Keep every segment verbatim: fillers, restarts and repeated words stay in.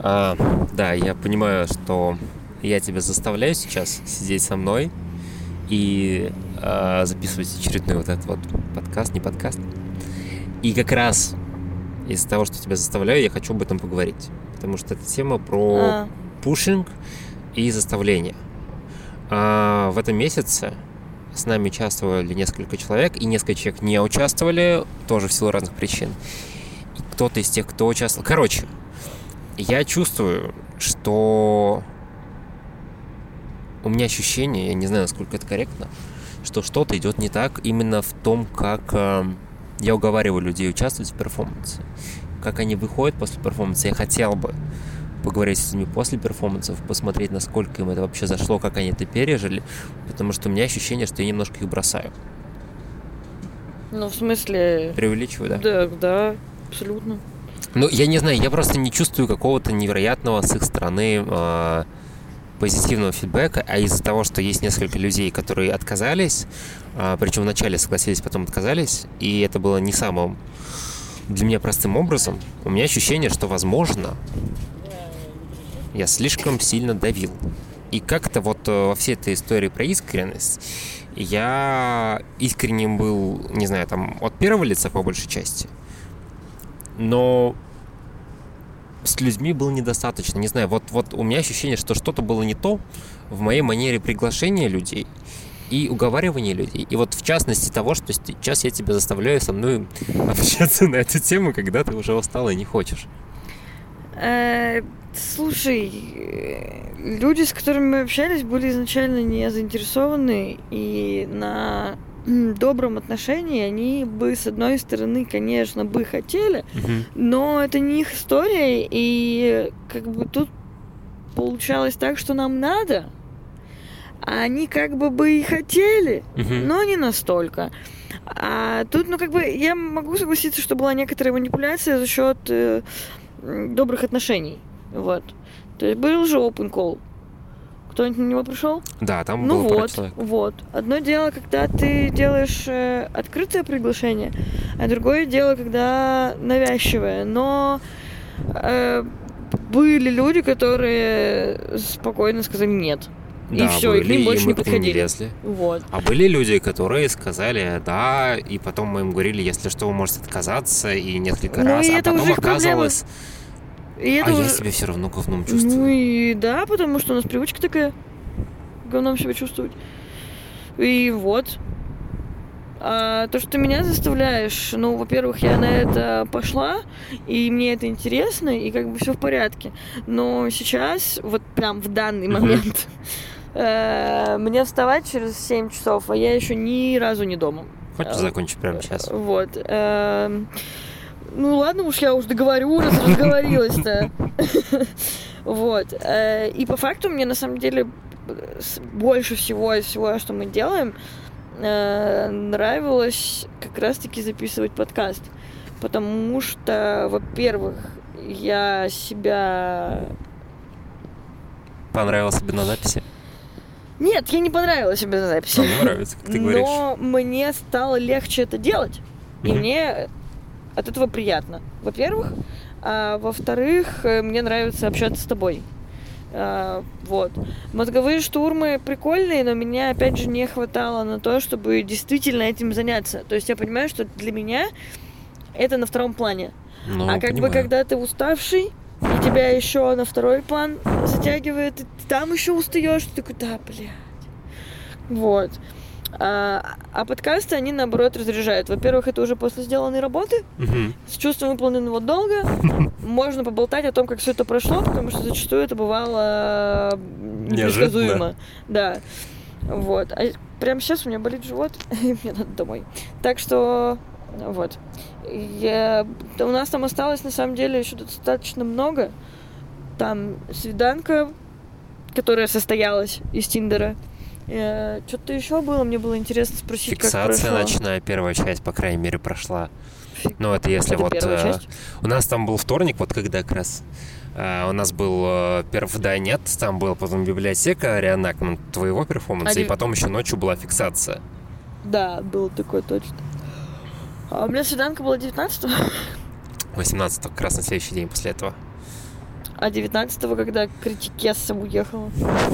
А, да, я понимаю, что я тебя заставляю сейчас сидеть со мной и а, записывать очередной вот этот вот подкаст, не подкаст. И как раз из-за того, что тебя заставляю, я хочу об этом поговорить. Потому что это тема про А. пушинг и заставление. А в этом месяце с нами участвовали несколько человек, и несколько человек не участвовали, тоже в силу разных причин. И кто-то из тех, кто участвовал... Короче, я чувствую, что у меня ощущение, я не знаю, насколько это корректно, что что-то идет не так именно в том, как э, я уговариваю людей участвовать в перформансе. Как они выходят после перформанса. Я хотел бы поговорить с ними после перформансов, посмотреть, насколько им это вообще зашло, как они это пережили, потому что у меня ощущение, что я немножко их бросаю. Ну, в смысле... Преувеличиваю, да? Да, да, абсолютно. Ну, я не знаю, я просто не чувствую какого-то невероятного с их стороны э, позитивного фидбэка, а из-за того, что есть несколько людей, которые отказались, э, причем вначале согласились, потом отказались, и это было не самым для меня простым образом, у меня ощущение, что, возможно, я слишком сильно давил. И как-то вот э, во всей этой истории про искренность я искренним был, не знаю, там, от первого лица по большей части, но с людьми было недостаточно. Не знаю, вот, вот у меня ощущение, что что-то было не то в моей манере приглашения людей и уговаривания людей. И вот в частности того, что сейчас я тебя заставляю со мной общаться на эту тему, когда ты уже устала и не хочешь. Э, слушай, люди, с которыми мы общались, были изначально не заинтересованы, и на добром отношении они бы, с одной стороны, конечно, бы хотели, Uh-huh. но это не их история, и как бы тут получалось так, что нам надо, а они как бы бы и хотели, Uh-huh. но не настолько. А тут, ну, как бы, я могу согласиться, что была некоторая манипуляция за счет э, добрых отношений, вот. То есть был же open call. Кто-нибудь на него пришел? Да, там ну было пару вот, человек. вот. Одно дело, когда ты делаешь э, открытое приглашение, а другое дело, когда навязчивое. Но э, были люди, которые спокойно сказали нет. Да, и все, были, и к ним больше и мы не к ним не подходили. лезли. Вот. А были люди, которые сказали да, и потом мы им говорили, если что, вы можете отказаться, и несколько Ну, раз, и а это потом уже их оказывалось... И это а уже... я себя все равно говном чувствую. Ну и да, потому что у нас привычка такая говном себя чувствовать. И вот. А то, что ты меня заставляешь, ну, во-первых, я на это пошла, и мне это интересно, и как бы все в порядке. Но сейчас, вот прям в данный момент, мне вставать через семь часов, а я еще ни разу не дома. Хочешь закончить прямо сейчас? Вот. Ну ладно уж, я уж договорю, раз разговорилась-то. Вот. И по факту мне на самом деле больше всего из всего, что мы делаем, нравилось как раз-таки записывать подкаст. Потому что, во-первых, я себя... Понравилось себе на записи? Нет, я не понравилась себе на записи. Мне нравится, как ты говоришь. Но мне стало легче это делать. И mm-hmm. мне от этого приятно. Во-первых. А во-вторых, мне нравится общаться с тобой. А, вот. Мозговые штурмы прикольные, но меня, опять же, не хватало на то, чтобы действительно этим заняться. То есть я понимаю, что для меня это на втором плане. Ну, а как понимаю. бы, когда ты уставший, и тебя еще на второй план затягивает, и ты там еще устаешь, ты такой, да, блядь. Вот. А, а подкасты, они, наоборот, разряжают. Во-первых, это уже после сделанной работы, uh-huh. с чувством выполненного долга. Можно поболтать о том, как все это прошло, потому что зачастую это бывало непредсказуемо. Да. Вот. А прямо сейчас у меня болит живот, и мне надо домой. Так что, вот. Я... У нас там осталось, на самом деле, еще достаточно много. Там свиданка, которая состоялась из Тиндера. Что-то еще было, мне было интересно спросить, Фиксация как прошло. ночная, первая часть, по крайней мере, прошла. Фик... Ну, это если это вот... Э, у нас там был вторник, вот когда как раз э, у нас был э, первый да нет, там была потом библиотека, реанакмент твоего перформанса, Один... и потом еще ночью была фиксация. Да, было такое точно. А у меня свиданка была девятнадцатого. восемнадцатого, как раз на следующий день после этого. А девятнадцатого, когда критикесса уехала?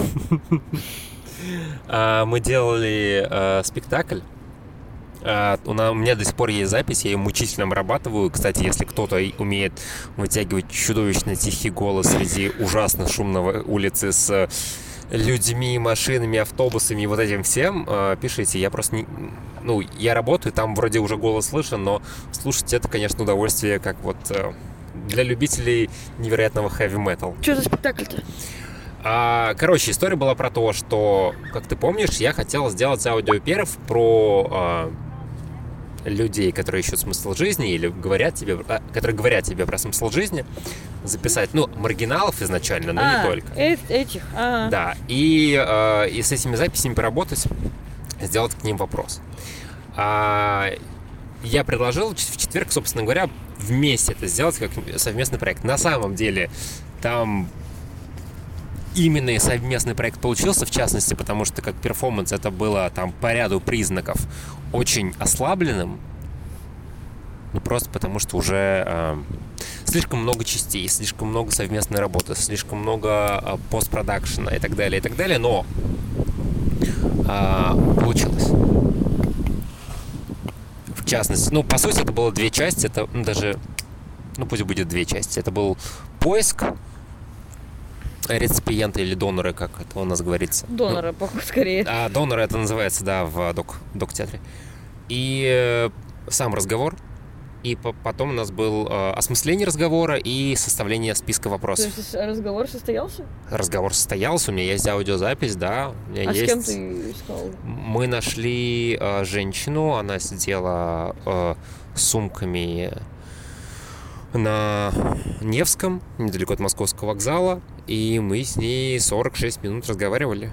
Мы делали спектакль. У меня до сих пор есть запись, я ее мучительно обрабатываю. Кстати, если кто-то умеет вытягивать чудовищно тихий голос среди ужасно шумной улицы с людьми, машинами, автобусами и вот этим всем, пишите. Я просто не... Ну, я работаю, там вроде уже голос слышен, но слушать это, конечно, удовольствие, как вот для любителей невероятного хэви-метал. Что за спектакль-то? А, короче, история была про то, что, как ты помнишь, я хотел сделать аудиоперв про а, людей, которые ищут смысл жизни или говорят тебе, а, которые говорят тебе про смысл жизни, записать, ну, маргиналов изначально, но а, не только. Э- этих, а. Да, и, а, и с этими записями поработать, сделать к ним вопрос. А, я предложил в четверг, собственно говоря, вместе это сделать как совместный проект. На самом деле, там именно и совместный проект получился, в частности, потому что как перформанс это было там по ряду признаков очень ослабленным. Ну, просто потому что уже э, слишком много частей, слишком много совместной работы, слишком много э, постпродакшена и так далее, и так далее. Но э, получилось. В частности, ну, по сути, это было две части. Это ну, даже, ну, пусть будет две части. Это был поиск реципиенты или доноры, как это у нас говорится. Доноры, ну, скорее. А доноры это называется, да, в док, док-театре. И э, сам разговор. И по- потом у нас был э, осмысление разговора и составление списка вопросов. То есть разговор состоялся? Разговор состоялся, у меня есть аудиозапись, да. У меня а есть... с кем ты искал? Мы нашли э, женщину, она сидела э, с сумками на Невском, недалеко от Московского вокзала, и мы с ней сорок шесть минут разговаривали.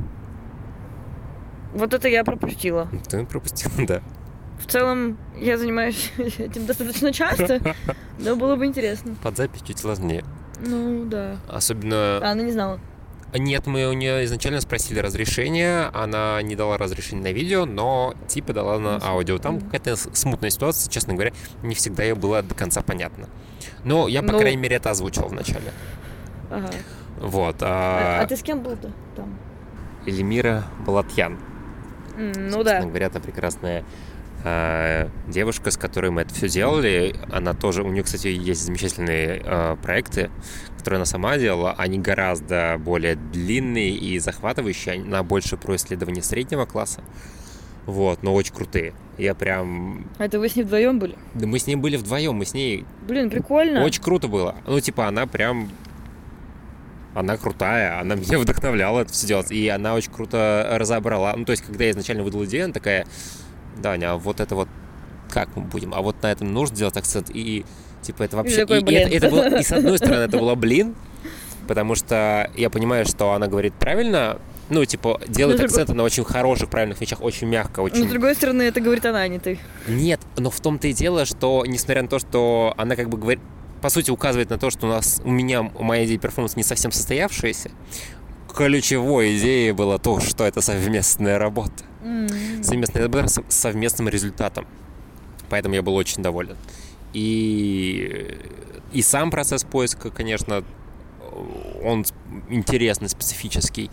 Вот это я пропустила. Ты пропустила, да. В целом, я занимаюсь этим достаточно часто, но было бы интересно. Под запись чуть сложнее. Ну, да. Особенно... А, она не знала? Нет, мы у нее изначально спросили разрешение, она не дала разрешение на видео, но типа дала на аудио. Там какая-то смутная ситуация, честно говоря, не всегда ей было до конца понятно. Но я, по ну... крайней мере, это озвучил вначале. Ага. Вот. А, а... а ты с кем был-то там? Эльмира Балатьян. Mm, ну да. Собственно говоря, та прекрасная э, девушка, с которой мы это все делали. Она тоже, у нее, кстати, есть замечательные э, проекты, которые она сама делала. Они гораздо более длинные и захватывающие. Она больше про исследования среднего класса. Вот, но очень крутые. Я прям... А это вы с ней вдвоем были? Да мы с ней были вдвоем, мы с ней... Блин, прикольно. Очень круто было. Ну, типа, она прям... Она крутая, она меня вдохновляла это все делать. И она очень круто разобрала. Ну, то есть, когда я изначально выдал идею, она такая: Даня, а вот это вот как мы будем? А вот на этом нужно делать акцент. И, типа, это вообще... И, такой, и, и, это, это было... и с одной стороны, это было блин, потому что я понимаю, что она говорит правильно. Ну, типа, делает но акценты другой... на очень хороших, правильных вещах, очень мягко, очень... Но, с другой стороны, это говорит она, а не ты. Нет, но в том-то и дело, что, несмотря на то, что она как бы говорит... По сути, указывает на то, что у нас, у меня, моя идея перформанса не совсем состоявшаяся. Ключевой идеей было то, что это совместная работа. Mm-hmm. Совместная работа с совместным результатом. Поэтому я был очень доволен. И, и сам процесс поиска, конечно, он интересный, специфический.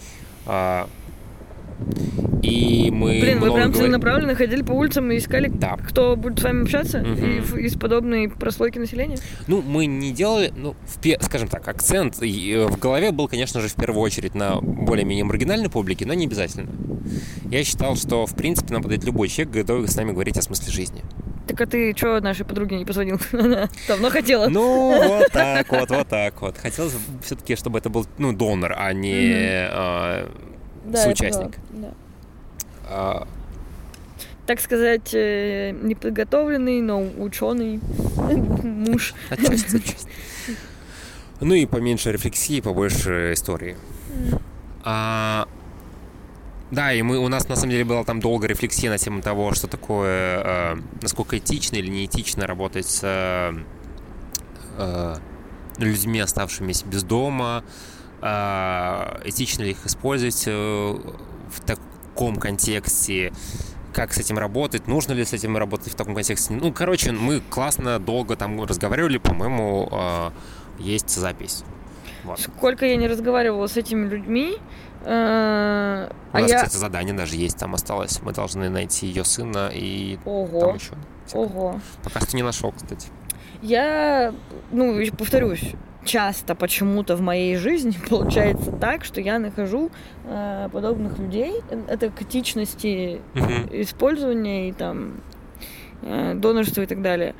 И мы Блин, вы прям говор... целенаправленно ходили по улицам и искали, да. кто будет с вами общаться угу. из подобной прослойки населения? Ну, мы не делали, ну, в, скажем так, акцент в голове был, конечно же, в первую очередь на более-менее маргинальной публике, но не обязательно. Я считал, что, в принципе, нам подойдет любой человек, готовый с нами говорить о смысле жизни. Так а ты что нашей подруге не позвонил? Она давно хотела. Ну, вот так вот, вот так вот. Хотелось все-таки, чтобы это был, ну, донор, а не а, да, соучастник. Да. А... Так сказать, неподготовленный, но ученый муж. Отчасти, отчасти. Ну и поменьше рефлексии, побольше истории. Mm. А... Да, и мы, у нас на самом деле была там долгая рефлексия на тему того, что такое, э, насколько этично или неэтично работать с э, э, людьми, оставшимися без дома, э, этично ли их использовать э, в таком контексте, как с этим работать, нужно ли с этим работать в таком контексте. Ну, короче, мы классно, долго там разговаривали, по-моему, э, есть запись. Вот. Сколько я не разговаривала с этими людьми. Э, У нас, а кстати, я... задание даже есть, там осталось. Мы должны найти ее сына и Ого. там еще. Ого. Пока что не нашел, кстати. Я, ну, повторюсь, часто почему-то в моей жизни получается так, что я нахожу э, подобных людей. Это к этичности uh-huh. использования и там э, донорства и так далее.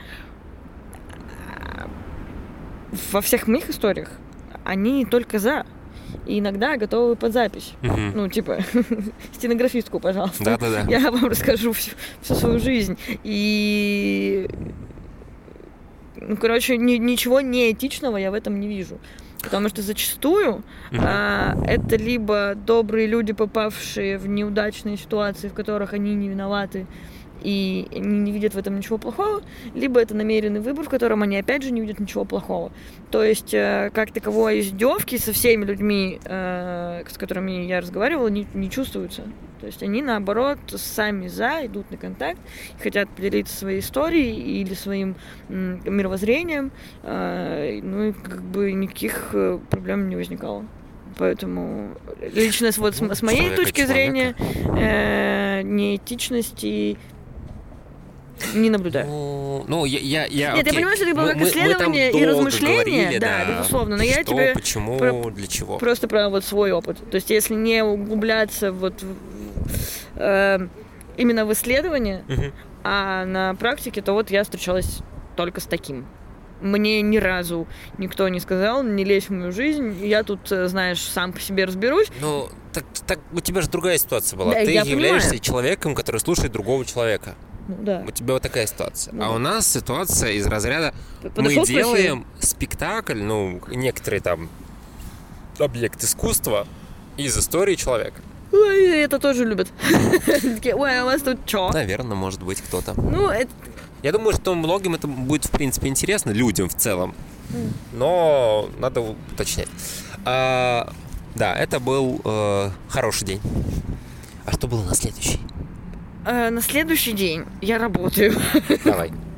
Во всех моих историях они только за. И иногда готовы под запись. Uh-huh. Ну, типа, стенографистку, пожалуйста. Да-да-да. Я вам расскажу всю, всю свою жизнь. И... Ну, короче, ни, ничего неэтичного я в этом не вижу. Потому что зачастую uh-huh. а, это либо добрые люди, попавшие в неудачные ситуации, в которых они не виноваты, и они не видят в этом ничего плохого, либо это намеренный выбор, в котором они, опять же, не видят ничего плохого. То есть, э, как таковой издевки со всеми людьми, э, с которыми я разговаривала, не, не чувствуются. То есть они, наоборот, сами за, идут на контакт, хотят поделиться своей историей или своим м, мировоззрением, э, ну и как бы никаких проблем не возникало. Поэтому лично вот с, с моей точки зрения э, неэтичности не наблюдаю. Ну, ну я, я, я... Нет, окей. я понимаю, что это было мы, как исследование мы и размышления, говорили, да, да, безусловно, но что, я тебе... почему, про... для чего. Просто про вот свой опыт. То есть если не углубляться вот в, э, именно в исследование, uh-huh. а на практике, то вот я встречалась только с таким. Мне ни разу никто не сказал, не лезь в мою жизнь, я тут, знаешь, сам по себе разберусь. Ну, так, так у тебя же другая ситуация была. Да, ты я являешься понимаю. человеком, который слушает другого человека. Ну, да. У тебя вот такая ситуация. Ну, а да. у нас ситуация из разряда Подошел, мы делаем спектакль, ну, некоторые там объект искусства из истории человека. Ой, это тоже любят. Ой, а у вас тут что? Наверное, может быть, кто-то. Ну, это... Я думаю, что многим это будет, в принципе, интересно, людям в целом. Но надо уточнять. А, да, это был э, хороший день. А что было на следующий? А, на следующий день я работаю. Давай.